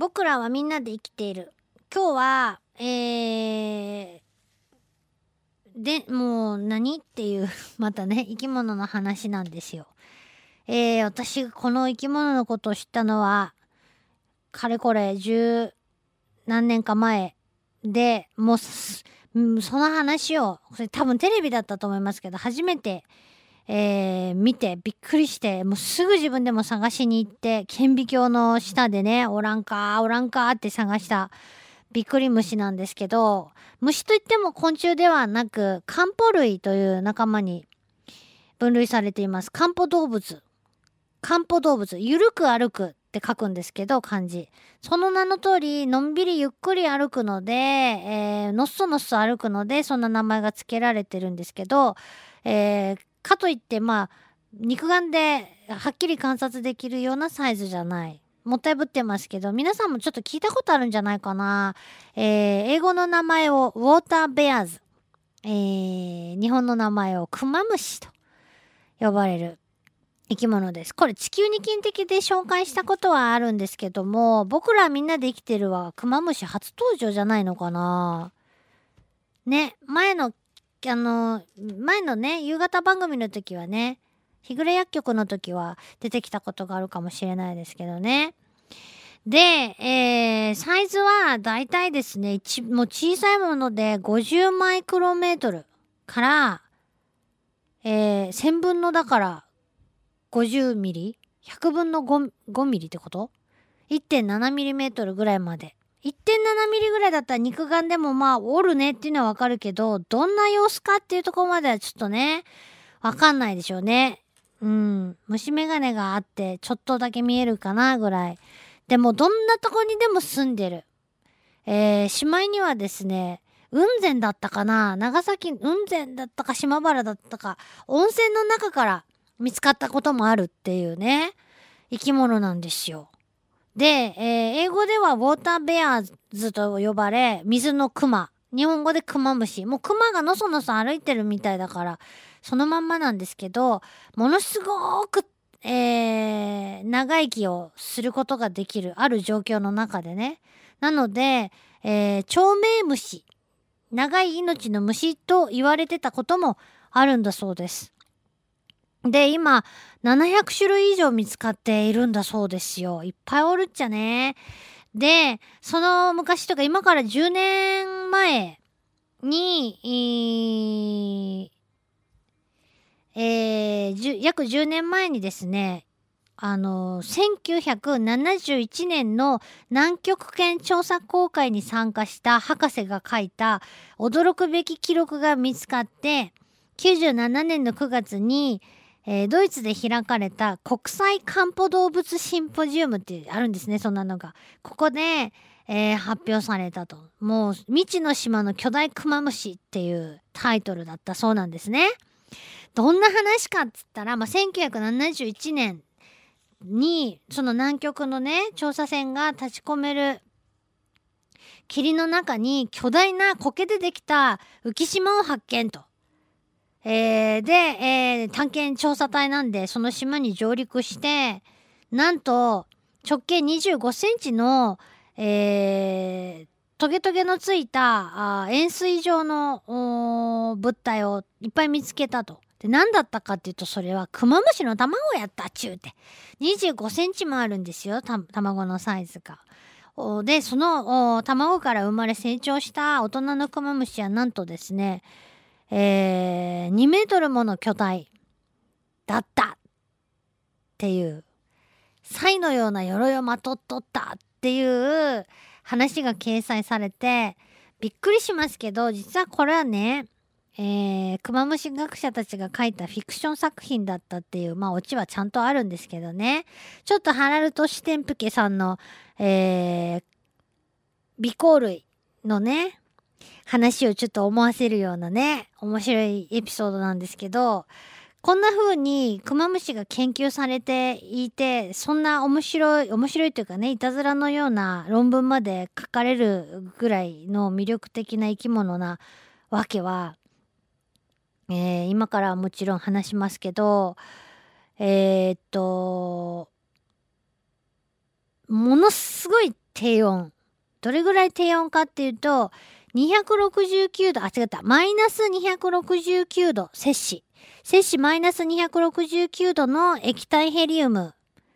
僕らはみんなで生きている。今日は、もう何っていうまたね、生き物の話なんですよ。私がこの生き物のことを知ったのは、かれこれ十何年か前で、もうその話を、それ多分テレビだったと思いますけど、初めて、見てびっくりして、もうすぐ自分でも探しに行って、顕微鏡の下でね、おらんかって探したびっくり虫なんですけど、虫といっても昆虫ではなく、漢方類という仲間に分類されています。漢方動物。ゆるく歩くって書くんですけど、漢字。その名の通り、のんびりゆっくり歩くので、のっそのっそ歩くので、そんな名前が付けられてるんですけど、かといって、肉眼ではっきり観察できるようなサイズじゃない。もったいぶってますけど、皆さんもちょっと聞いたことあるんじゃないかな。英語の名前をウォーターベアーズ。日本の名前をクマムシと呼ばれる生き物です。これ地球に近的で紹介したことはあるんですけども、僕らみんなで生きてるはクマムシ初登場じゃないのかな。ね、前のね、夕方番組の時はね、日暮れ薬局の時は出てきたことがあるかもしれないですけどね。で、サイズはだいたいですね、もう小さいもので50マイクロメートルから、1000分のだから50ミリ ?100 分の5ミリってこと？ 1.7 ミリメートルぐらいまで。1.7 ミリぐらいだったら肉眼でもおるねっていうのはわかるけど、どんな様子かっていうところまではちょっとね、わかんないでしょうね。虫眼鏡があって、ちょっとだけ見えるかなぐらい。でも、どんなとこにでも住んでる。しまいにはですね、雲仙だったかな、長崎雲仙だったか島原だったか、温泉の中から見つかったこともあるっていうね、生き物なんですよ。で、英語ではウォーターベアーズと呼ばれ、水のクマ。日本語でクマムシ。もうクマがのそのそ歩いてるみたいだから、そのまんまなんですけど、ものすごく、長生きをすることができる、ある状況の中でね。なので、長命虫。長い命の虫と言われてたこともあるんだそうです。で、今、700種類以上見つかっているんだそうですよ。いっぱいおるっちゃね。で、その昔とか今から10年前に、約10年前にですね、1971年の南極圏調査航海に参加した博士が書いた驚くべき記録が見つかって、97年の9月に、ドイツで開かれた国際漢方動物シンポジウムってあるんですね、そんなのが。ここで、発表されたと。もう、未知の島の巨大クマムシっていうタイトルだったそうなんですね。どんな話かっつったら、1971年に、その南極のね、調査船が立ち込める霧の中に巨大な苔でできた浮島を発見と。探検調査隊なんで、その島に上陸して、なんと、直径25センチの、トゲトゲのついた、円錐状の物体をいっぱい見つけたと。で、何だったかっていうと、それはクマムシの卵やったっちゅうて。25センチもあるんですよ、卵のサイズが。で、その卵から生まれ成長した大人のクマムシはなんとですね、2メートルもの巨体だったっていう、サイのような鎧をまとっとったっていう話が掲載されて、びっくりしますけど、実はこれはね、クマムシ学者たちが書いたフィクション作品だったっていう、オチはちゃんとあるんですけどね。ちょっとハラルト・シュテンプケさんの、微光類のね、話をちょっと思わせるようなね、面白いエピソードなんですけど、こんな風にクマムシが研究されていて、そんな面白いというかね、いたずらのような論文まで書かれるぐらいの魅力的な生き物なわけは、今からはもちろん話しますけど、ものすごい低温。どれぐらい低温かっていうと、269度、違った、マイナス269度摂氏。摂氏マイナス269度の液体ヘリウム、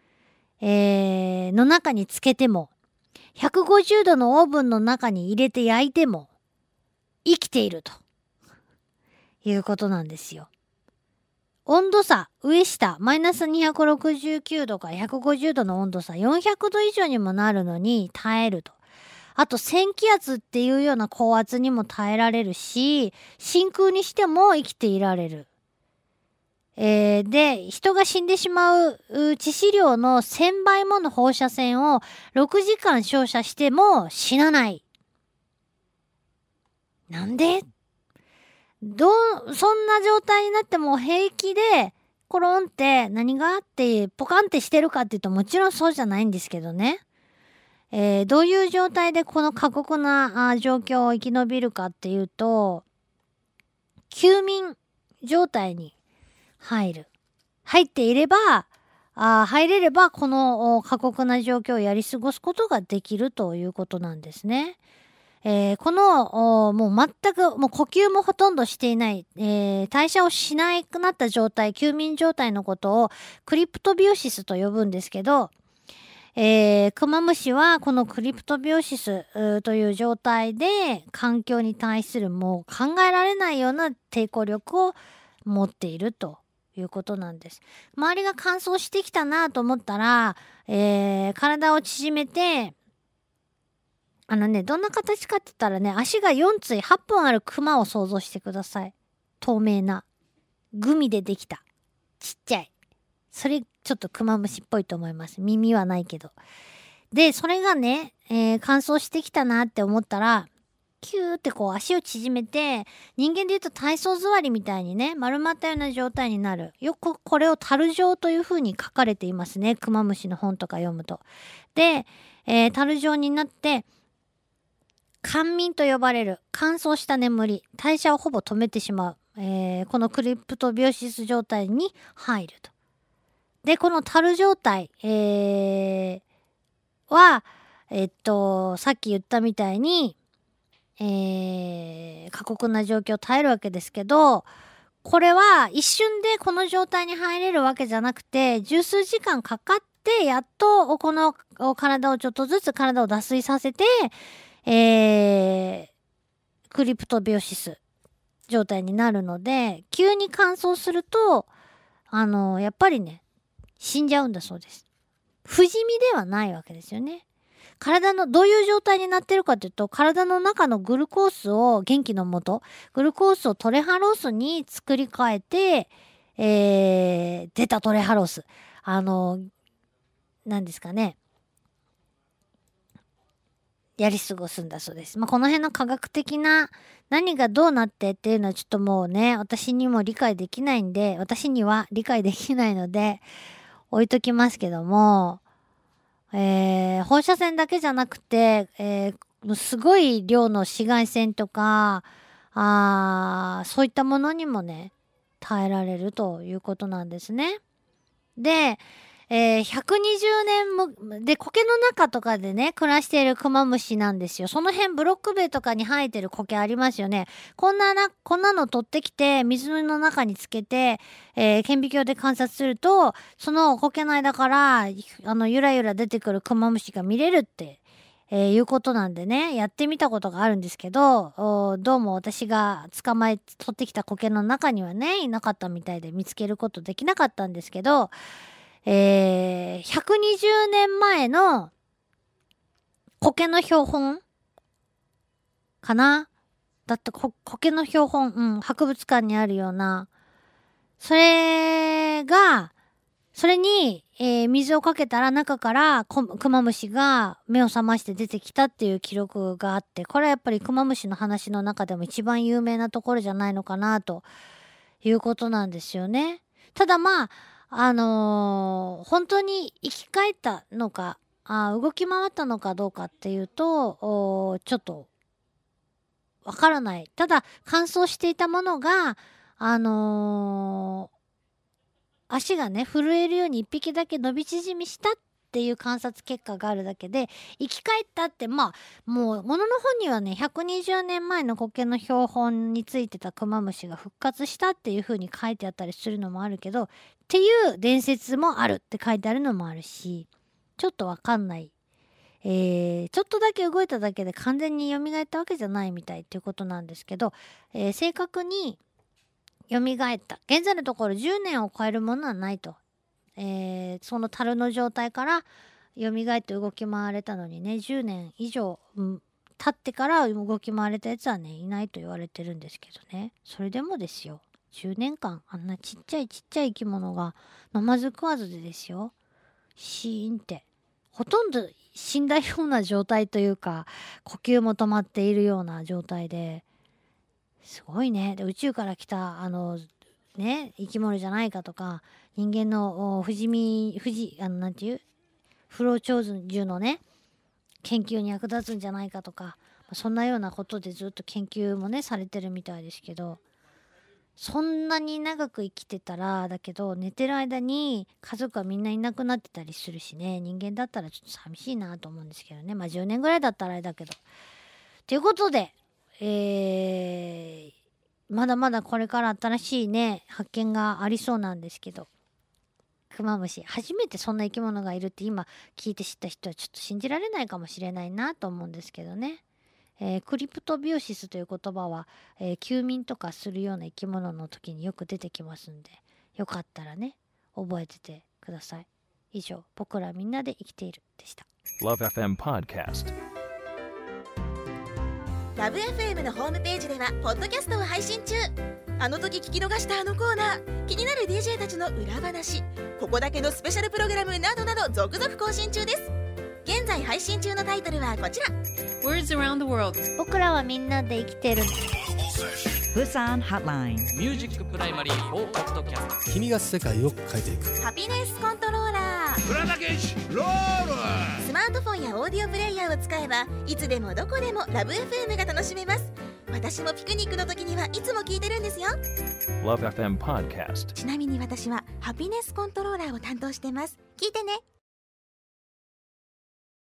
の中につけても、150度のオーブンの中に入れて焼いても、生きているということなんですよ。温度差、上下、マイナス269度から150度の温度差、400度以上にもなるのに耐えると。あと、1000気圧っていうような高圧にも耐えられるし、真空にしても生きていられる。で、人が死んでしまう致死量の1000倍もの放射線を6時間照射しても死なない。なんでそんな状態になっても平気でコロンって何があってポカンってしてるかっていうともちろんそうじゃないんですけどね。どういう状態でこの過酷な状況を生き延びるかっていうと、休眠状態に入っていれば、入れればこの過酷な状況をやり過ごすことができるということなんですね。このもう全くもう呼吸もほとんどしていない、代謝をしなくなった状態、休眠状態のことをクリプトビオシスと呼ぶんですけど、クマムシはこのクリプトビオシスという状態で環境に対するもう考えられないような抵抗力を持っているということなんです。周りが乾燥してきたなと思ったら、体を縮めて、どんな形かって言ったらね、足が4対8本あるクマを想像してください。透明な。グミでできた。ちっちゃい。それ、ちょっとクマムシっぽいと思います。耳はないけど。で、それがね、乾燥してきたなって思ったら、キューってこう足を縮めて、人間で言うと体操座りみたいにね、丸まったような状態になる。よくこれを樽状という風に書かれていますね。クマムシの本とか読むと。で、樽状になって、乾眠と呼ばれる乾燥した眠り、代謝をほぼ止めてしまう、このクリプトビオシス状態に入ると。で、この樽状態、は、さっき言ったみたいに、過酷な状況を耐えるわけですけど、これは一瞬でこの状態に入れるわけじゃなくて、十数時間かかって、やっとこの体をちょっとずつ体を脱水させて、クリプトビオシス状態になるので、急に乾燥すると、やっぱりね、死んじゃうんだそうです。不死身ではないわけですよね。体のどういう状態になってるかというと、体の中のグルコースを元気のもと、グルコースをトレハロースに作り変えて、出たトレハロース。何ですかね。やり過ごすんだそうです。この辺の科学的な何がどうなってっていうのはちょっともうね、私にも理解できないんで、私には理解できないので、置いときますけども、放射線だけじゃなくて、すごい量の紫外線とか、そういったものにもね、耐えられるということなんですね。で、120年で苔の中とかでね、暮らしているクマムシなんですよ。その辺ブロック塀とかに生えてる苔ありますよね。こんなの取ってきて、水の中につけて、顕微鏡で観察すると、その苔の間から、ゆらゆら出てくるクマムシが見れるって、いうことなんでね、やってみたことがあるんですけど、どうも私が取ってきた苔の中にはね、いなかったみたいで見つけることできなかったんですけど、120年前の苔の標本かな。だって苔の標本、博物館にあるような、それに、水をかけたら中からクマムシが目を覚まして出てきたっていう記録があって、これはやっぱりクマムシの話の中でも一番有名なところじゃないのかなということなんですよね。ただ本当に生き返ったのか、動き回ったのかどうかっていうと、ちょっとわからない。ただ乾燥していたものが、足がね、震えるように一匹だけ伸び縮みしたっっていう観察結果があるだけで、生き返ったってもう物の本にはね120年前の苔の標本についてたクマムシが復活したっていう風に書いてあったりするのもあるけど、っていう伝説もあるって書いてあるのもあるし、ちょっとわかんない、ちょっとだけ動いただけで完全に蘇ったわけじゃないみたいっていうことなんですけど、正確に蘇った現在のところ10年を超えるものはないと。その樽の状態から蘇って動き回れたのにね、10年以上、経ってから動き回れたやつはねいないと言われてるんですけどね。それでもですよ、10年間あんなちっちゃい生き物が飲まず食わずでですよ、シーンってほとんど死んだような状態というか、呼吸も止まっているような状態ですごいね。で宇宙から来た生き物じゃないかとか、人間のなんていう不老長寿のね研究に役立つんじゃないかとか、そんなようなことでずっと研究もねされてるみたいですけど、そんなに長く生きてたらだけど寝てる間に家族はみんないなくなってたりするしね、人間だったらちょっと寂しいなと思うんですけどね。10年ぐらいだったらあれだけど。ということでまだまだこれから新しいね発見がありそうなんですけど、クマムシ初めてそんな生き物がいるって今聞いて知った人はちょっと信じられないかもしれないなと思うんですけどね。クリプトビオシスという言葉は、休眠とかするような生き物の時によく出てきますんで、よかったらね覚えててください。以上、僕らみんなで生きているでした。 LoveFM Podcast。 LoveFM のホームページではポッドキャストを配信中。あの時聞き逃したあのコーナー、気になる DJ たちの裏話、ここだけのスペシャルプログラムなどなど続々更新中です。現在配信中のタイトルはこちら。 Words around the world。 僕らはみんなで生きてる。 Busan Hotline。 ミュージックプライマリー4ポッドキャスト。 君が世界を変えていく。 ハピネスコントローラー。 浦田健志ロール。 スマートフォンやオーディオプレイヤーを使えばいつでもどこでもラブ FM が楽しめます。私もピクニックの時にはいつも聞いてるんですよ。 LoveFM Podcast。 ちなみに私はハピネスコントローラーを担当してます。聞いてね。